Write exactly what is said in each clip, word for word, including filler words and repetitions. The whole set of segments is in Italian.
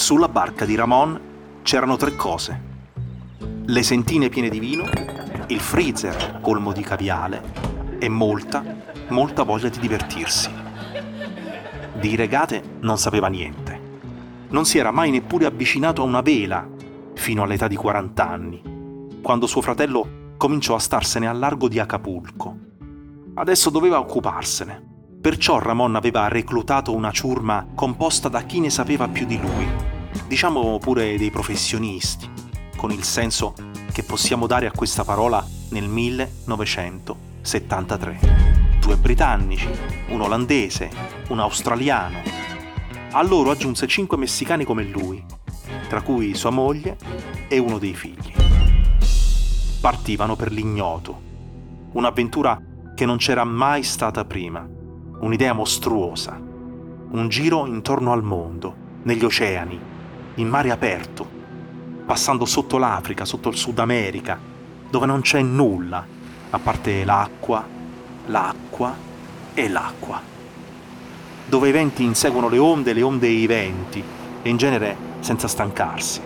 Sulla barca di Ramon c'erano tre cose: le sentine piene di vino, il freezer colmo di caviale e molta, molta voglia di divertirsi. Di regate non sapeva niente. Non si era mai neppure avvicinato a una vela fino all'età di quaranta anni, quando suo fratello cominciò a starsene al largo di Acapulco. Adesso doveva occuparsene. Perciò Ramon aveva reclutato una ciurma composta da chi ne sapeva più di lui, diciamo pure dei professionisti, con il senso che possiamo dare a questa parola nel millenovecentosettantatré. Due britannici, un olandese, un australiano. A loro aggiunse cinque messicani come lui, tra cui sua moglie e uno dei figli. Partivano per l'ignoto, un'avventura che non c'era mai stata prima, un'idea mostruosa, un giro intorno al mondo, negli oceani, in mare aperto, passando sotto l'Africa, sotto il Sud America, dove non c'è nulla, a parte l'acqua, l'acqua e l'acqua, dove i venti inseguono le onde e le onde i venti, e in genere senza stancarsi.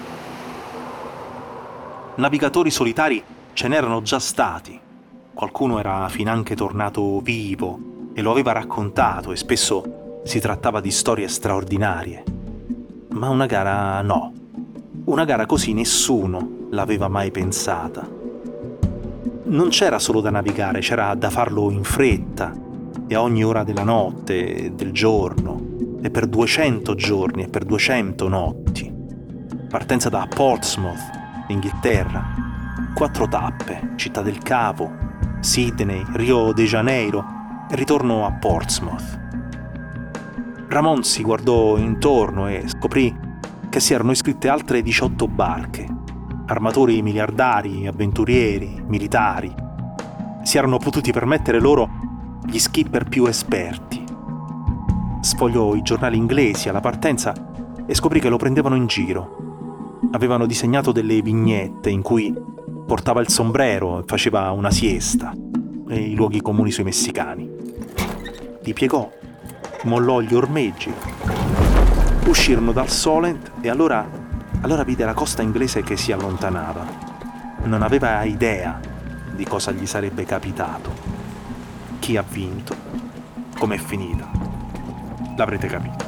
Navigatori solitari ce n'erano già stati, qualcuno era finanche tornato vivo e lo aveva raccontato, e spesso si trattava di storie straordinarie. Ma una gara no. Una gara così nessuno l'aveva mai pensata. Non c'era solo da navigare, c'era da farlo in fretta e a ogni ora della notte e del giorno, e per duecento giorni e per duecento notti. Partenza da Portsmouth, Inghilterra, quattro tappe: Città del Capo, Sydney, Rio de Janeiro e ritorno a Portsmouth. Ramon si guardò intorno e scoprì che si erano iscritte altre diciotto barche, armatori miliardari, avventurieri, militari. Si erano potuti permettere loro gli skipper più esperti. Sfogliò i giornali inglesi alla partenza e scoprì che lo prendevano in giro. Avevano disegnato delle vignette in cui portava il sombrero e faceva una siesta, e i luoghi comuni sui messicani. Li piegò, mollò gli ormeggi, uscirono dal Solent e allora, allora vide la costa inglese che si allontanava. Non aveva idea di cosa gli sarebbe capitato. Chi ha vinto? Com'è finita? L'avrete capito.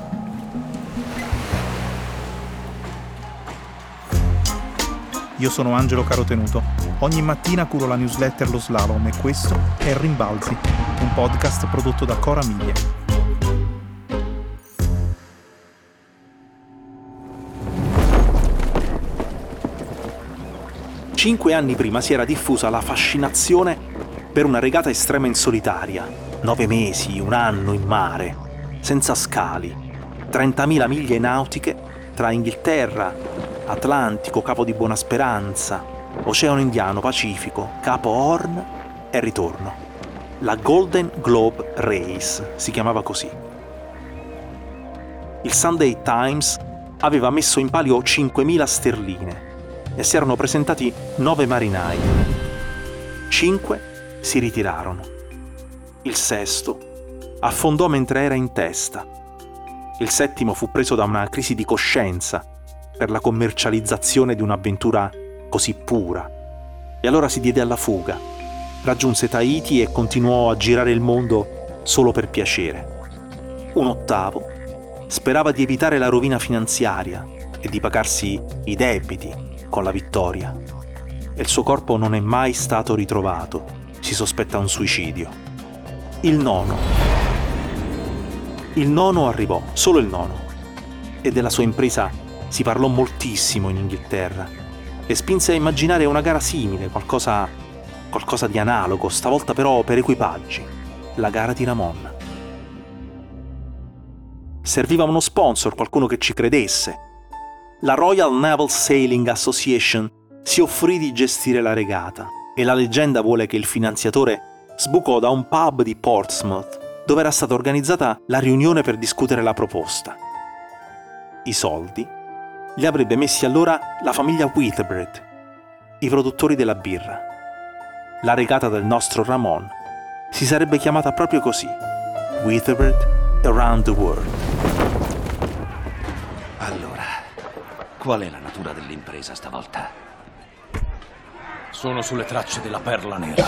Io sono Angelo Carotenuto. Ogni mattina curo la newsletter Lo Slalom e questo è Rimbalzi, un podcast prodotto da Cora Miglia. Cinque anni prima si era diffusa la fascinazione per una regata estrema in solitaria. Nove mesi, un anno in mare, senza scali, trentamila miglia nautiche tra Inghilterra, Atlantico, Capo di Buona Speranza, Oceano Indiano, Pacifico, Capo Horn e ritorno. La Golden Globe Race si chiamava così. Il Sunday Times aveva messo in palio cinquemila sterline e si erano presentati nove marinai. Cinque si ritirarono. Il sesto affondò mentre era in testa. Il settimo fu preso da una crisi di coscienza per la commercializzazione di un'avventura così pura. E allora si diede alla fuga. Raggiunse Tahiti e continuò a girare il mondo solo per piacere. Un ottavo sperava di evitare la rovina finanziaria e di pagarsi i debiti con la vittoria. E il suo corpo non è mai stato ritrovato. Si sospetta un suicidio. Il nono. Il nono arrivò, solo il nono. E della sua impresa si parlò moltissimo in Inghilterra e spinse a immaginare una gara simile, qualcosa, qualcosa di analogo, stavolta però per equipaggi, la gara di Ramon. Serviva uno sponsor, qualcuno che ci credesse. La Royal Naval Sailing Association si offrì di gestire la regata e la leggenda vuole che il finanziatore sbucò da un pub di Portsmouth dove era stata organizzata la riunione per discutere la proposta. I soldi li avrebbe messi allora la famiglia Whitbread, i produttori della birra. La regata del nostro Ramon si sarebbe chiamata proprio così: Whitbread Around the World. Allora, Qual è la natura dell'impresa stavolta? Sono sulle tracce della perla nera.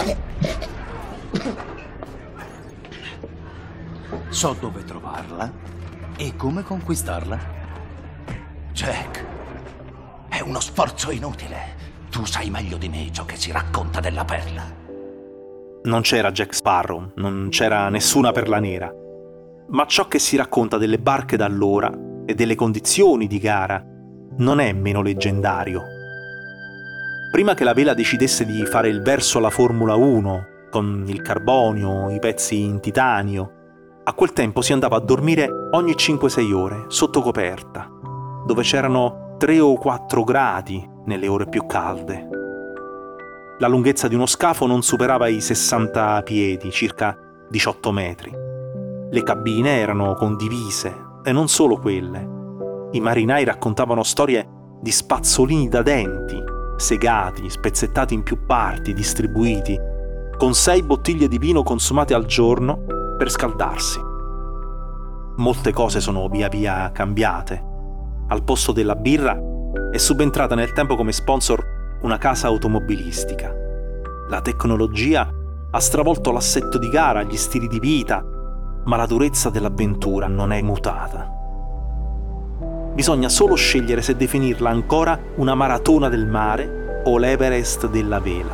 So dove trovarla e come conquistarla. Jack, è uno sforzo inutile. Tu sai meglio di me ciò che si racconta della perla. Non c'era Jack Sparrow, non c'era nessuna perla nera. Ma ciò che si racconta delle barche d'allora e delle condizioni di gara non è meno leggendario. Prima che la vela decidesse di fare il verso alla Formula uno, con il carbonio, i pezzi in titanio, a quel tempo si andava a dormire ogni cinque sei ore, sotto coperta, dove c'erano tre o quattro gradi nelle ore più calde. La lunghezza di uno scafo non superava i sessanta piedi, circa diciotto metri. Le cabine erano condivise, e non solo quelle. I marinai raccontavano storie di spazzolini da denti, segati, spezzettati in più parti, distribuiti, con sei bottiglie di vino consumate al giorno per scaldarsi. Molte cose sono via via cambiate. Al posto della birra è subentrata nel tempo come sponsor una casa automobilistica. La tecnologia ha stravolto l'assetto di gara, gli stili di vita, ma la durezza dell'avventura non è mutata. Bisogna solo scegliere se definirla ancora una maratona del mare o l'Everest della vela.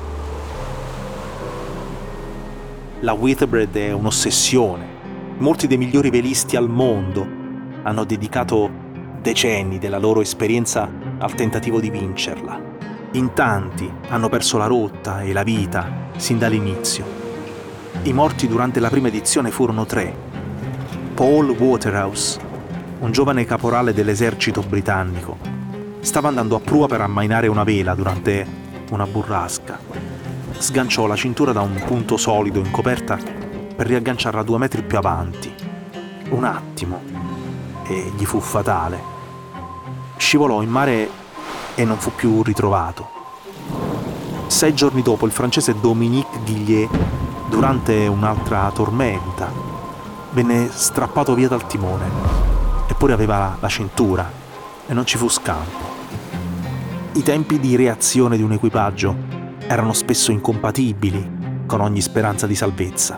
La Whitbread è un'ossessione. Molti dei migliori velisti al mondo hanno dedicato decenni della loro esperienza al tentativo di vincerla. In tanti hanno perso la rotta e la vita sin dall'inizio. I morti durante la prima edizione furono tre. Paul Waterhouse, un giovane caporale dell'esercito britannico, stava andando a prua per ammainare una vela durante una burrasca. Sganciò la cintura da un punto solido in coperta per riagganciarla due metri più avanti. Un attimo, e gli fu fatale. Scivolò in mare e non fu più ritrovato. Sei giorni dopo il francese Dominique Guillet, durante un'altra tormenta, venne strappato via dal timone. Eppure aveva la cintura e non ci fu scampo. I tempi di reazione di un equipaggio erano spesso incompatibili con ogni speranza di salvezza.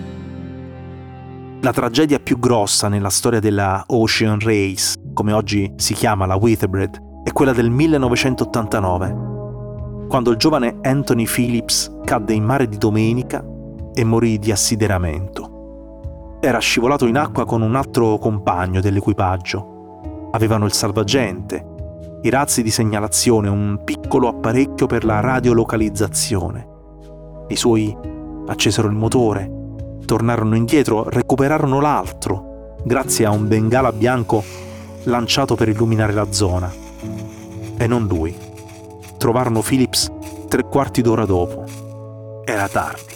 La tragedia più grossa nella storia della Ocean Race, come oggi si chiama la Whitbread, è quella del millenovecentottantanove, quando il giovane Anthony Phillips cadde in mare di domenica e morì di assideramento. Era scivolato in acqua con un altro compagno dell'equipaggio. Avevano il salvagente, i razzi di segnalazione, un piccolo apparecchio per la radiolocalizzazione. I suoi accesero il motore, tornarono indietro, recuperarono l'altro, grazie a un bengala bianco lanciato per illuminare la zona. E non lui. Trovarono Phillips tre quarti d'ora dopo. Era tardi.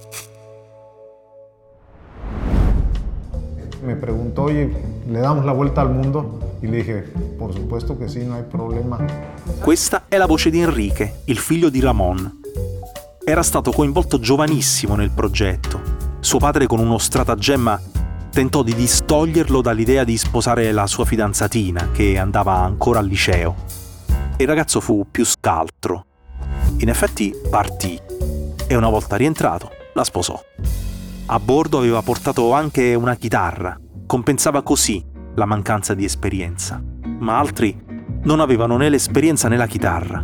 Me preguntó, oye, ¿le damos la vuelta al mundo? Y le dije, por supuesto que sí, no hay problema. Questa è la voce di Enrique, il figlio di Ramon. Era stato coinvolto giovanissimo nel progetto. Suo padre, con uno stratagemma, tentò di distoglierlo dall'idea di sposare la sua fidanzatina, che andava ancora al liceo. Il ragazzo fu più scaltro. In effetti partì e una volta rientrato la sposò. A bordo aveva portato anche una chitarra, compensava così la mancanza di esperienza, ma altri non avevano né l'esperienza né la chitarra.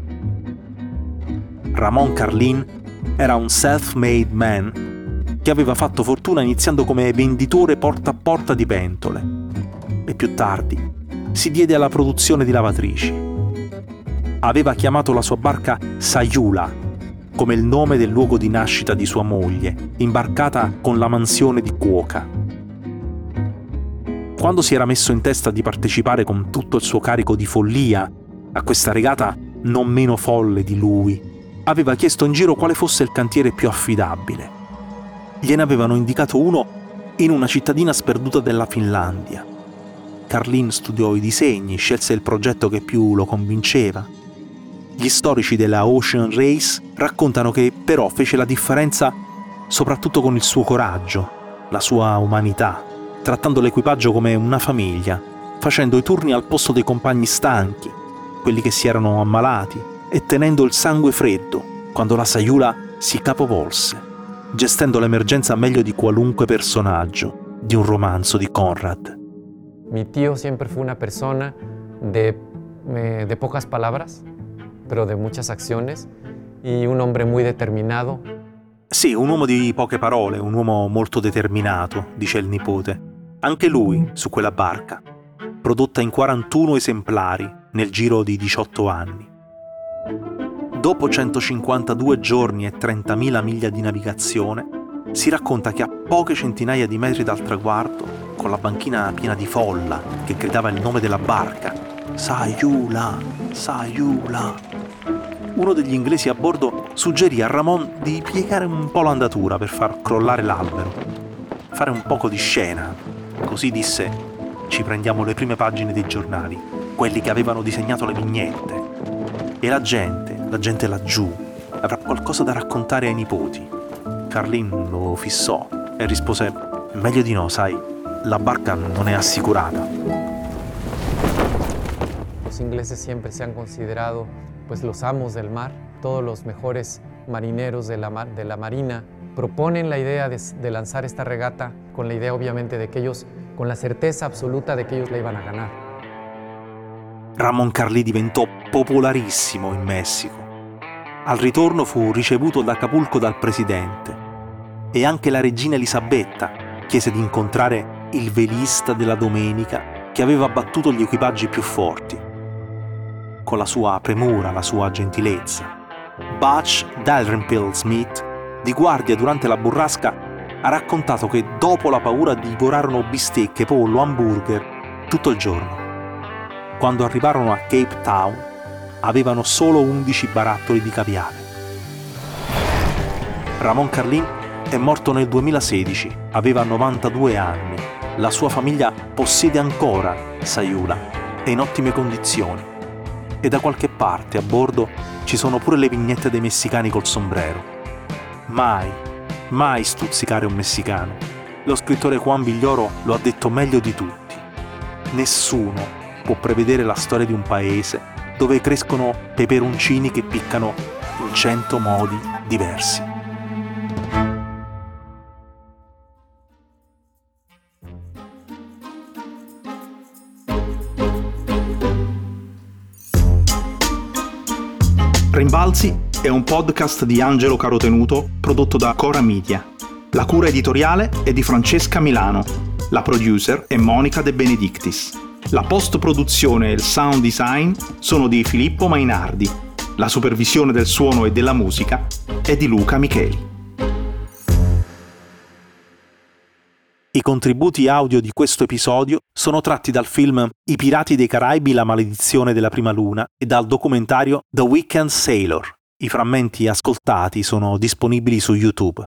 Ramon Carlin era un self-made man che aveva fatto fortuna iniziando come venditore porta a porta di pentole e più tardi si diede alla produzione di lavatrici. Aveva chiamato la sua barca Sayula, come il nome del luogo di nascita di sua moglie, imbarcata con la mansione di cuoca. Quando si era messo in testa di partecipare con tutto il suo carico di follia a questa regata non meno folle di lui, aveva chiesto in giro quale fosse il cantiere più affidabile. Gliene avevano indicato uno in una cittadina sperduta della Finlandia. Carlin studiò i disegni, scelse il progetto che più lo convinceva. Gli storici della Ocean Race raccontano che però fece la differenza soprattutto con il suo coraggio, la sua umanità, trattando l'equipaggio come una famiglia, facendo i turni al posto dei compagni stanchi, quelli che si erano ammalati e tenendo il sangue freddo quando la Sayula si capovolse, gestendo l'emergenza meglio di qualunque personaggio di un romanzo di Conrad. Mi tío siempre fue una persona de, eh, de pocas palabras, pero de muchas acciones, y un hombre muy determinado. Sì, un uomo di poche parole, un uomo molto determinato, dice il nipote. Anche lui, su quella barca, prodotta in quarantuno esemplari nel giro di diciotto anni. Dopo centocinquantadue giorni e trentamila miglia di navigazione, si racconta che a poche centinaia di metri dal traguardo, con la banchina piena di folla che gridava il nome della barca, Sayula, Sayula, uno degli inglesi a bordo suggerì a Ramon di piegare un po' l'andatura per far crollare l'albero, fare un poco di scena. Così disse: ci prendiamo le prime pagine dei giornali, quelli che avevano disegnato le vignette. E la gente, la gente laggiù, avrà qualcosa da raccontare ai nipoti. Carlin lo fissò e rispose: meglio di no, sai, la barca non è assicurata. Los ingleses siempre se han considerado pues los amos del mar. Todos los mejores marineros de la, mar, de la marina proponen la idea de, de lanzar esta regata con la idea obviamente de que ellos, con la certeza absoluta de que ellos la iban a ganar. Ramon Carlí diventò popolarissimo in Messico. Al ritorno fu ricevuto da Acapulco dal presidente e anche la regina Elisabetta chiese di incontrare il velista della domenica che aveva battuto gli equipaggi più forti. Con la sua premura, la sua gentilezza, Butch Dalrymple Smith, di guardia durante la burrasca, ha raccontato che dopo la paura divorarono bistecche, pollo, hamburger tutto il giorno. Quando arrivarono a Cape Town, avevano solo undici barattoli di caviale. Ramon Carlin è morto nel duemilasedici, aveva novantadue anni. La sua famiglia possiede ancora Sayula, è in ottime condizioni. E da qualche parte a bordo ci sono pure le vignette dei messicani col sombrero. Mai, mai stuzzicare un messicano. Lo scrittore Juan Villoro lo ha detto meglio di tutti. Nessuno può prevedere la storia di un paese dove crescono peperoncini che piccano in cento modi diversi. Rimbalzi è un podcast di Angelo Carotenuto prodotto da Cora Media. La cura editoriale è di Francesca Milano. La producer è Monica De Benedictis. La post-produzione e il sound design sono di Filippo Mainardi. La supervisione del suono e della musica è di Luca Micheli. I contributi audio di questo episodio sono tratti dal film I Pirati dei Caraibi, la maledizione della prima luna e dal documentario The Weekend Sailor. I frammenti ascoltati sono disponibili su YouTube.